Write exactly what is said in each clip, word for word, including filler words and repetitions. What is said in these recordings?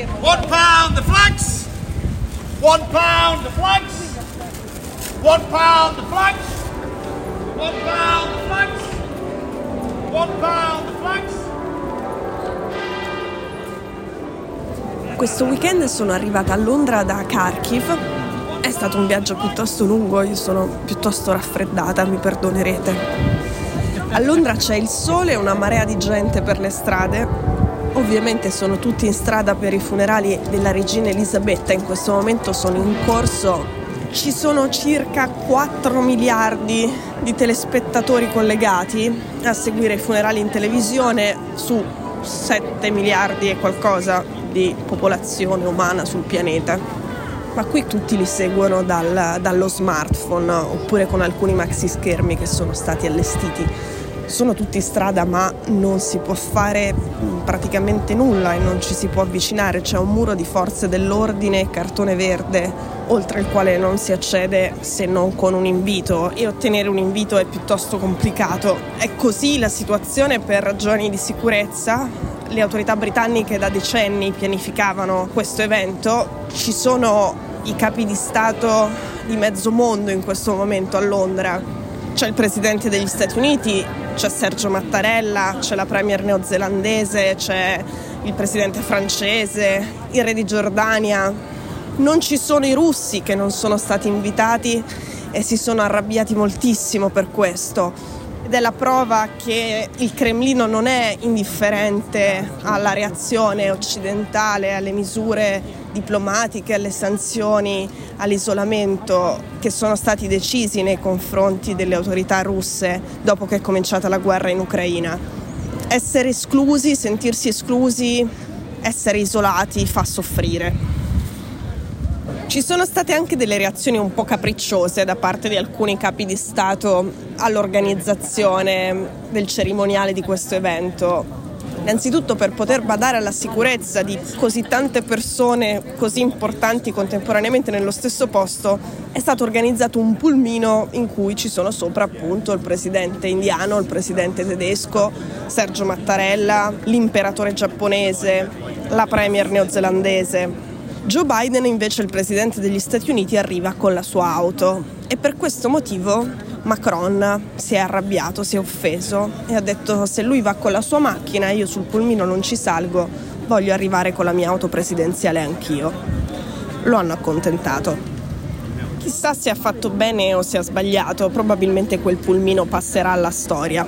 One pound the flags. One pound the flags. One pound the flags. One pound the flags. One pound the flags. Questo weekend sono arrivata a Londra da Kharkiv. È stato un viaggio piuttosto lungo, io sono piuttosto raffreddata, mi perdonerete. A Londra c'è il sole e una marea di gente per le strade. Ovviamente sono tutti in strada per i funerali della regina Elisabetta, in questo momento sono in corso. Ci sono circa quattro miliardi di telespettatori collegati a seguire i funerali in televisione su sette miliardi e qualcosa di popolazione umana sul pianeta. Ma qui tutti li seguono dal, dallo smartphone oppure con alcuni maxi schermi che sono stati allestiti. Sono tutti in strada, ma non si può fare praticamente nulla e non ci si può avvicinare. C'è un muro di forze dell'ordine, cartone verde, oltre il quale non si accede se non con un invito, e ottenere un invito è piuttosto complicato. È così la situazione per ragioni di sicurezza. Le autorità britanniche da decenni pianificavano questo evento. Ci sono i capi di Stato di mezzo mondo in questo momento a Londra. C'è il presidente degli Stati Uniti, c'è Sergio Mattarella, c'è la premier neozelandese, c'è il presidente francese, il re di Giordania. Non ci sono i russi che non sono stati invitati e si sono arrabbiati moltissimo per questo. Ed è la prova che il Cremlino non è indifferente alla reazione occidentale, alle misure diplomatiche, alle sanzioni, all'isolamento che sono stati decisi nei confronti delle autorità russe dopo che è cominciata la guerra in Ucraina. Essere esclusi, sentirsi esclusi, essere isolati fa soffrire. Ci sono state anche delle reazioni un po' capricciose da parte di alcuni capi di Stato all'organizzazione del cerimoniale di questo evento. Innanzitutto, per poter badare alla sicurezza di così tante persone così importanti contemporaneamente nello stesso posto, è stato organizzato un pulmino in cui ci sono sopra appunto il presidente indiano, il presidente tedesco, Sergio Mattarella, l'imperatore giapponese, la premier neozelandese. Joe Biden invece, il presidente degli Stati Uniti, arriva con la sua auto e per questo motivo Macron si è arrabbiato, si è offeso e ha detto: se lui va con la sua macchina io sul pulmino non ci salgo, voglio arrivare con la mia auto presidenziale anch'io. Lo hanno accontentato. Chissà se ha fatto bene o se ha sbagliato, probabilmente quel pulmino passerà alla storia.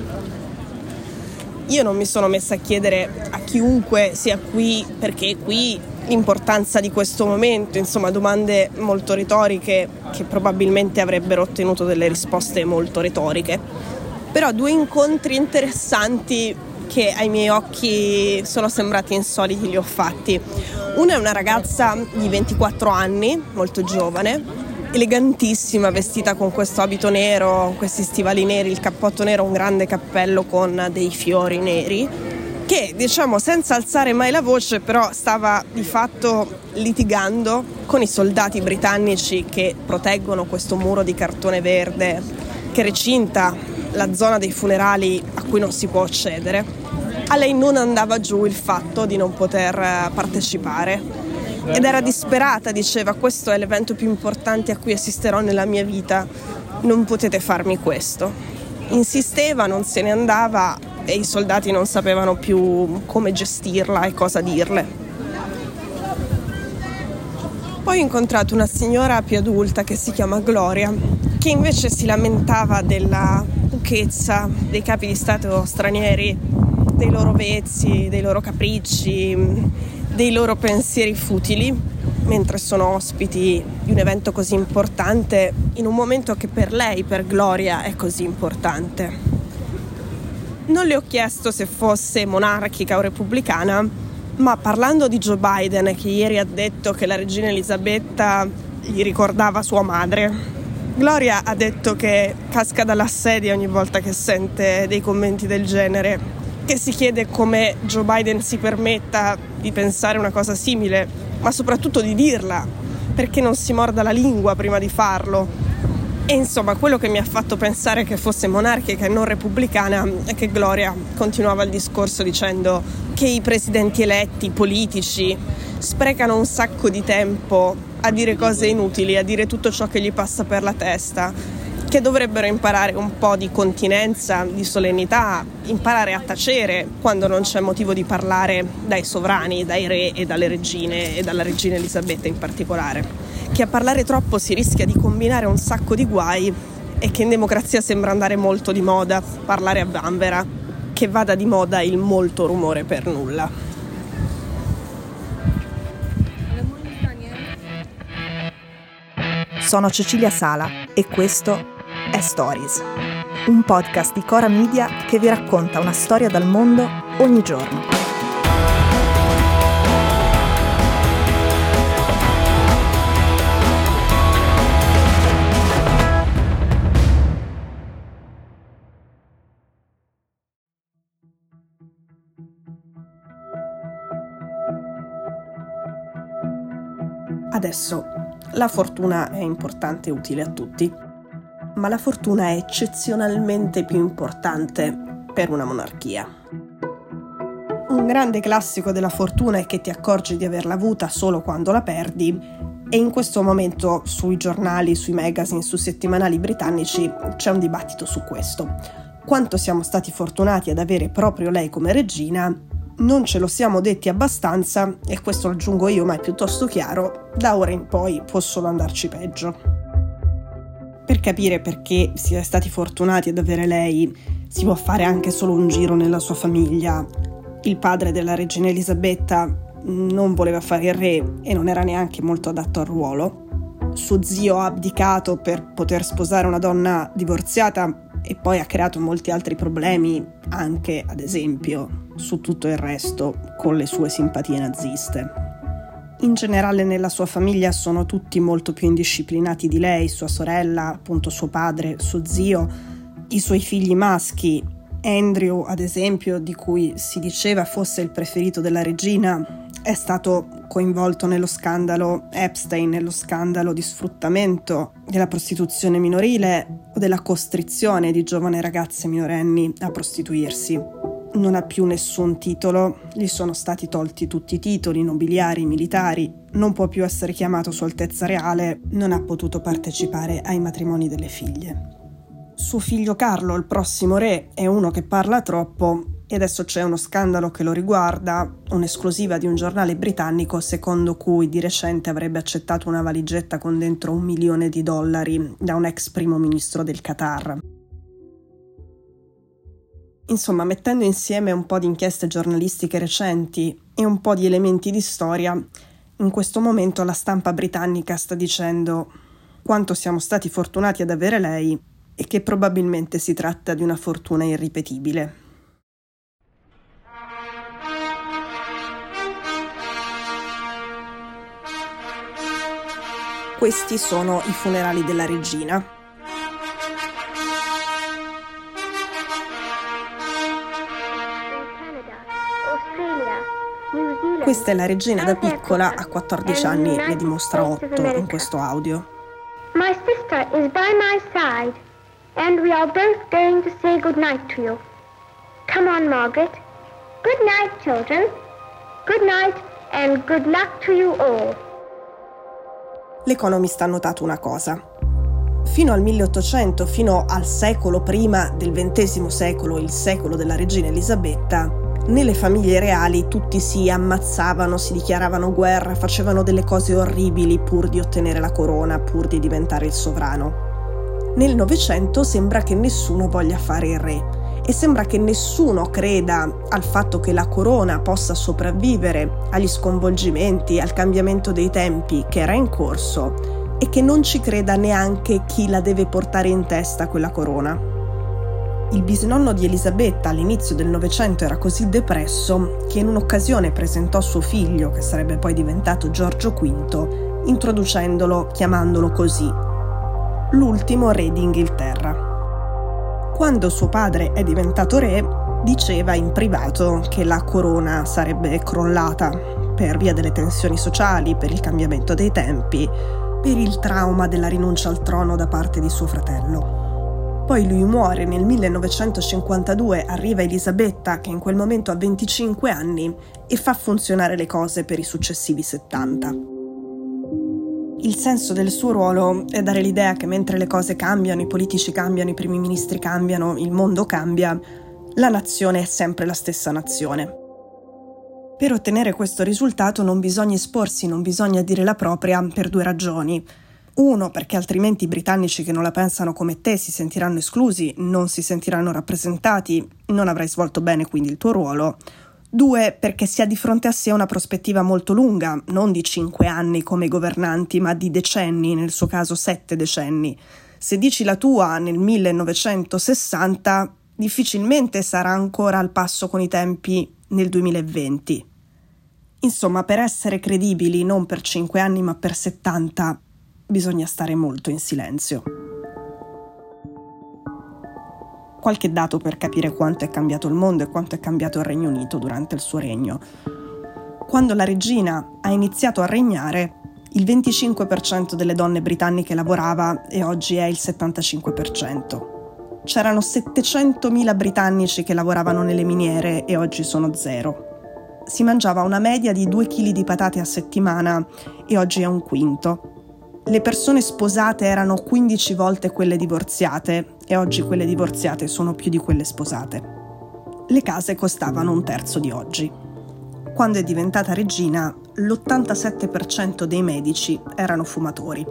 Io non mi sono messa a chiedere a chiunque sia qui perché qui l'importanza di questo momento, insomma domande molto retoriche che probabilmente avrebbero ottenuto delle risposte molto retoriche. Però due incontri interessanti che ai miei occhi sono sembrati insoliti li ho fatti. Una è una ragazza di ventiquattro anni, molto giovane, elegantissima, vestita con questo abito nero, questi stivali neri, il cappotto nero, un grande cappello con dei fiori neri, che, diciamo, senza alzare mai la voce, però stava di fatto litigando con i soldati britannici che proteggono questo muro di cartone verde che recinta la zona dei funerali a cui non si può accedere. A lei non andava giù il fatto di non poter partecipare ed era disperata, diceva: questo è l'evento più importante a cui assisterò nella mia vita, non potete farmi questo. Insisteva, non se ne andava e i soldati non sapevano più come gestirla e cosa dirle. Poi ho incontrato una signora più adulta che si chiama Gloria, che invece si lamentava della pochezza dei capi di Stato stranieri, dei loro vezzi, dei loro capricci, dei loro pensieri futili, mentre sono ospiti di un evento così importante, in un momento che per lei, per Gloria, è così importante. Non le ho chiesto se fosse monarchica o repubblicana, ma parlando di Joe Biden, che ieri ha detto che la regina Elisabetta gli ricordava sua madre, Gloria ha detto che casca dalla sedia ogni volta che sente dei commenti del genere, che si chiede come Joe Biden si permetta di pensare una cosa simile, ma soprattutto di dirla, perché non si morda la lingua prima di farlo. E insomma, quello che mi ha fatto pensare che fosse monarchica e non repubblicana è che Gloria continuava il discorso dicendo che i presidenti eletti, i politici, sprecano un sacco di tempo a dire cose inutili, a dire tutto ciò che gli passa per la testa, che dovrebbero imparare un po' di continenza, di solennità, imparare a tacere quando non c'è motivo di parlare dai sovrani, dai re e dalle regine, e dalla regina Elisabetta in particolare. Che a parlare troppo si rischia di combinare un sacco di guai e che in democrazia sembra andare molto di moda parlare a vanvera, che vada di moda il molto rumore per nulla. Sono Cecilia Sala e questo è Stories, un podcast di Cora Media che vi racconta una storia dal mondo ogni giorno. Adesso, la fortuna è importante e utile a tutti, ma la fortuna è eccezionalmente più importante per una monarchia. Un grande classico della fortuna è che ti accorgi di averla avuta solo quando la perdi, e in questo momento sui giornali, sui magazine, sui settimanali britannici c'è un dibattito su questo. Quanto siamo stati fortunati ad avere proprio lei come regina? Non ce lo siamo detti abbastanza, e questo lo aggiungo io, ma è piuttosto chiaro, da ora in poi può solo andarci peggio. Per capire perché si è stati fortunati ad avere lei, si può fare anche solo un giro nella sua famiglia. Il padre della regina Elisabetta non voleva fare il re e non era neanche molto adatto al ruolo. Suo zio ha abdicato per poter sposare una donna divorziata e poi ha creato molti altri problemi, anche, ad esempio, su tutto il resto, con le sue simpatie naziste. In generale nella sua famiglia sono tutti molto più indisciplinati di lei, sua sorella, appunto suo padre, suo zio, i suoi figli maschi. Andrew, ad esempio, di cui si diceva fosse il preferito della regina, è stato coinvolto nello scandalo Epstein, nello scandalo di sfruttamento della prostituzione minorile o della costrizione di giovani ragazze minorenni a prostituirsi. Non ha più nessun titolo, gli sono stati tolti tutti i titoli nobiliari, militari, non può più essere chiamato Sua Altezza Reale, non ha potuto partecipare ai matrimoni delle figlie. Suo figlio Carlo, il prossimo re, è uno che parla troppo e adesso c'è uno scandalo che lo riguarda, un'esclusiva di un giornale britannico secondo cui di recente avrebbe accettato una valigetta con dentro un milione di dollari da un ex primo ministro del Qatar. Insomma, mettendo insieme un po' di inchieste giornalistiche recenti e un po' di elementi di storia, in questo momento la stampa britannica sta dicendo quanto siamo stati fortunati ad avere lei e che probabilmente si tratta di una fortuna irripetibile. Questi sono i funerali della regina. Questa è la regina da piccola, a quattordici anni, ne dimostra otto in questo audio. My sister is by my side, and we are both going to say good night to you. Come on, Margaret. Good night, children. Good night, and good luck to you all. L'Economist ha notato una cosa. Fino al milleottocento, fino al secolo prima del ventesimo secolo, il secolo della regina Elisabetta, nelle famiglie reali tutti si ammazzavano, si dichiaravano guerra, facevano delle cose orribili pur di ottenere la corona, pur di diventare il sovrano. Nel Novecento sembra che nessuno voglia fare il re e sembra che nessuno creda al fatto che la corona possa sopravvivere agli sconvolgimenti, al cambiamento dei tempi che era in corso e che non ci creda neanche chi la deve portare in testa quella corona. Il bisnonno di Elisabetta all'inizio del Novecento era così depresso che in un'occasione presentò suo figlio, che sarebbe poi diventato Giorgio quinto, introducendolo, chiamandolo così, l'ultimo re d'Inghilterra. Quando suo padre è diventato re, diceva in privato che la corona sarebbe crollata per via delle tensioni sociali, per il cambiamento dei tempi, per il trauma della rinuncia al trono da parte di suo fratello. Poi lui muore nel millenovecentocinquantadue, arriva Elisabetta, che in quel momento ha venticinque anni, e fa funzionare le cose per i successivi settanta. Il senso del suo ruolo è dare l'idea che mentre le cose cambiano, i politici cambiano, i primi ministri cambiano, il mondo cambia, la nazione è sempre la stessa nazione. Per ottenere questo risultato non bisogna esporsi, non bisogna dire la propria per due ragioni. Uno, perché altrimenti i britannici che non la pensano come te si sentiranno esclusi, non si sentiranno rappresentati, non avrai svolto bene quindi il tuo ruolo. Due, perché si ha di fronte a sé una prospettiva molto lunga, non di cinque anni come i governanti, ma di decenni, nel suo caso sette decenni. Se dici la tua nel millenovecentosessanta, difficilmente sarà ancora al passo con i tempi nel duemilaventi. Insomma, per essere credibili, non per cinque anni ma per settanta, bisogna stare molto in silenzio. Qualche dato per capire quanto è cambiato il mondo e quanto è cambiato il Regno Unito durante il suo regno. Quando la regina ha iniziato a regnare, il venticinque per cento delle donne britanniche lavorava e oggi è il settantacinque per cento. C'erano settecentomila britannici che lavoravano nelle miniere e oggi sono zero. Si mangiava una media di due chili di patate a settimana e oggi è un quinto. Le persone sposate erano quindici volte quelle divorziate e oggi quelle divorziate sono più di quelle sposate. Le case costavano un terzo di oggi. Quando è diventata regina, l'ottantasette per cento dei medici erano fumatori.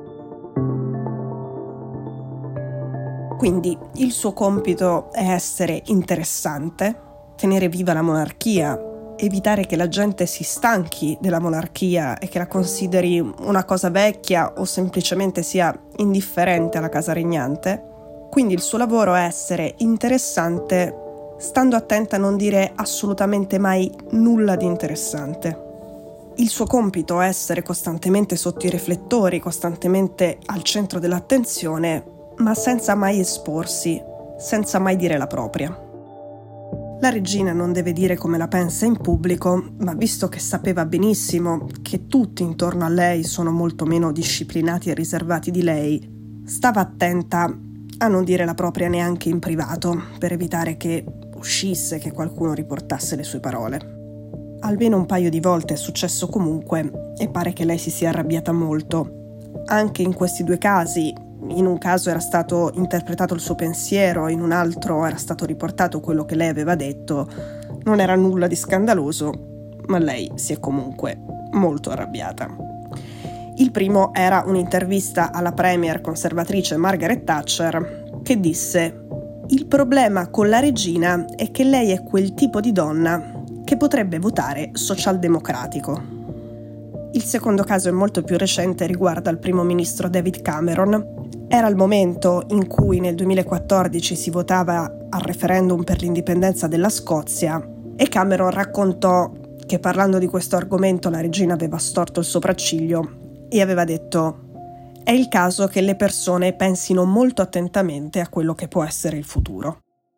Quindi il suo compito è essere interessante, tenere viva la monarchia, evitare che la gente si stanchi della monarchia e che la consideri una cosa vecchia o semplicemente sia indifferente alla casa regnante. Quindi il suo lavoro è essere interessante, stando attenta a non dire assolutamente mai nulla di interessante. Il suo compito è essere costantemente sotto i riflettori, costantemente al centro dell'attenzione, ma senza mai esporsi, senza mai dire la propria. La regina non deve dire come la pensa in pubblico, ma visto che sapeva benissimo che tutti intorno a lei sono molto meno disciplinati e riservati di lei, stava attenta a non dire la propria neanche in privato, per evitare che uscisse, che qualcuno riportasse le sue parole. Almeno un paio di volte è successo comunque e pare che lei si sia arrabbiata molto. Anche in questi due casi, in un caso era stato interpretato il suo pensiero, in un altro era stato riportato quello che lei aveva detto, non era nulla di scandaloso, ma lei si è comunque molto arrabbiata. Il primo era un'intervista alla premier conservatrice Margaret Thatcher, che disse: «Il problema con la regina è che lei è quel tipo di donna che potrebbe votare socialdemocratico». Il secondo caso è molto più recente, riguarda il primo ministro David Cameron. Era il momento in cui nel duemilaquattordici si votava al referendum per l'indipendenza della Scozia e Cameron raccontò che parlando di questo argomento la regina aveva storto il sopracciglio e aveva detto: «È il caso che le persone pensino molto attentamente a quello che può essere il futuro».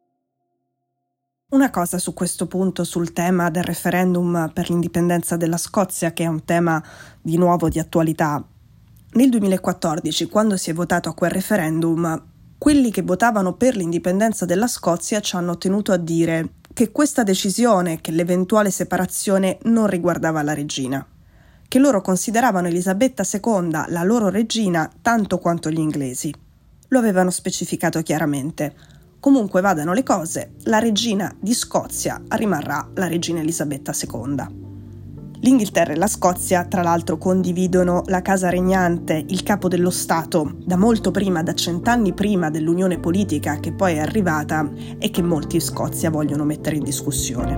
Una cosa su questo punto, sul tema del referendum per l'indipendenza della Scozia, che è un tema di nuovo di attualità. Nel duemilaquattordici, quando si è votato a quel referendum, quelli che votavano per l'indipendenza della Scozia ci hanno tenuto a dire che questa decisione, che l'eventuale separazione non riguardava la regina, che loro consideravano Elisabetta seconda la loro regina tanto quanto gli inglesi. Lo avevano specificato chiaramente. Comunque vadano le cose, la regina di Scozia rimarrà la regina Elisabetta seconda. L'Inghilterra e la Scozia, tra l'altro, condividono la casa regnante, il capo dello Stato, da molto prima, da cent'anni prima dell'unione politica che poi è arrivata e che molti in Scozia vogliono mettere in discussione.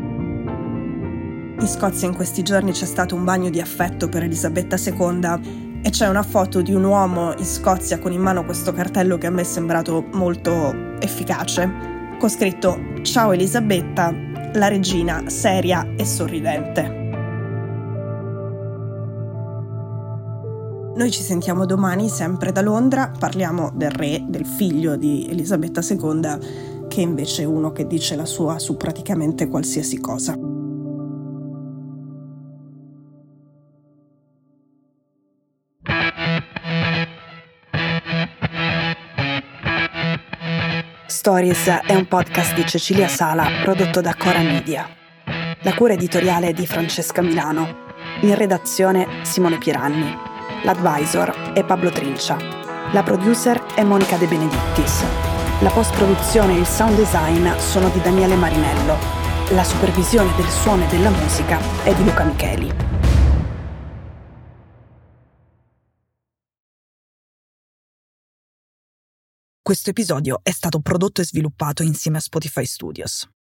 In Scozia in questi giorni c'è stato un bagno di affetto per Elisabetta seconda e c'è una foto di un uomo in Scozia con in mano questo cartello che a me è sembrato molto efficace, con scritto «Ciao Elisabetta, la regina seria e sorridente». Noi ci sentiamo domani sempre da Londra, parliamo del re, del figlio di Elisabetta seconda, che invece è uno che dice la sua su praticamente qualsiasi cosa. Stories è un podcast di Cecilia Sala prodotto da Cora Media. La cura editoriale è di Francesca Milano. In redazione Simone Piranni. L'advisor è Pablo Trincia. La producer è Monica De Benedictis. La post-produzione e il sound design sono di Daniele Marinello. La supervisione del suono e della musica è di Luca Micheli. Questo episodio è stato prodotto e sviluppato insieme a Spotify Studios.